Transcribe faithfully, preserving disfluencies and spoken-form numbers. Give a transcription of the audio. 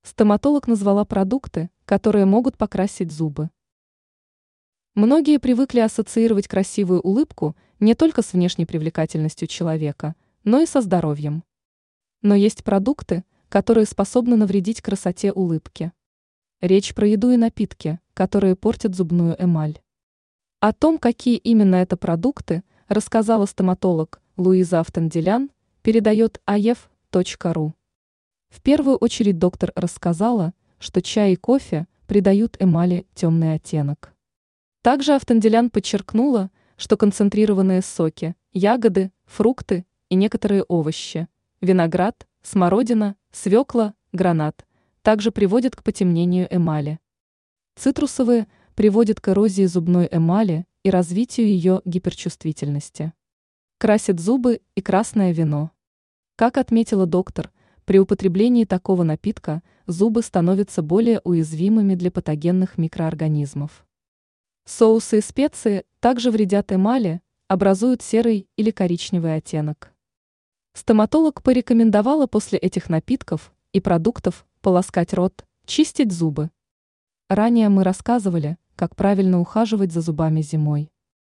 Стоматолог назвала продукты, которые могут покрасить зубы. Многие привыкли ассоциировать красивую улыбку не только с внешней привлекательностью человека, но и со здоровьем. Но есть продукты, которые способны навредить красоте улыбки. Речь про еду и напитки, которые портят зубную эмаль. О том, какие именно это продукты, рассказала стоматолог Луиза Автанделян, передает а е эф точка ру. В первую очередь доктор рассказала, что чай и кофе придают эмали темный оттенок. Также Автанделян подчеркнула, что концентрированные соки, ягоды, фрукты и некоторые овощи, виноград, смородина, свекла, гранат, также приводят к потемнению эмали. Цитрусовые приводят к эрозии зубной эмали и развитию ее гиперчувствительности. Красит зубы и красное вино. Как отметила доктор, при употреблении такого напитка зубы становятся более уязвимыми для патогенных микроорганизмов. Соусы и специи также вредят эмали, образуют серый или коричневый оттенок. Стоматолог порекомендовала после этих напитков и продуктов полоскать рот, чистить зубы. Ранее мы рассказывали, как правильно ухаживать за зубами зимой.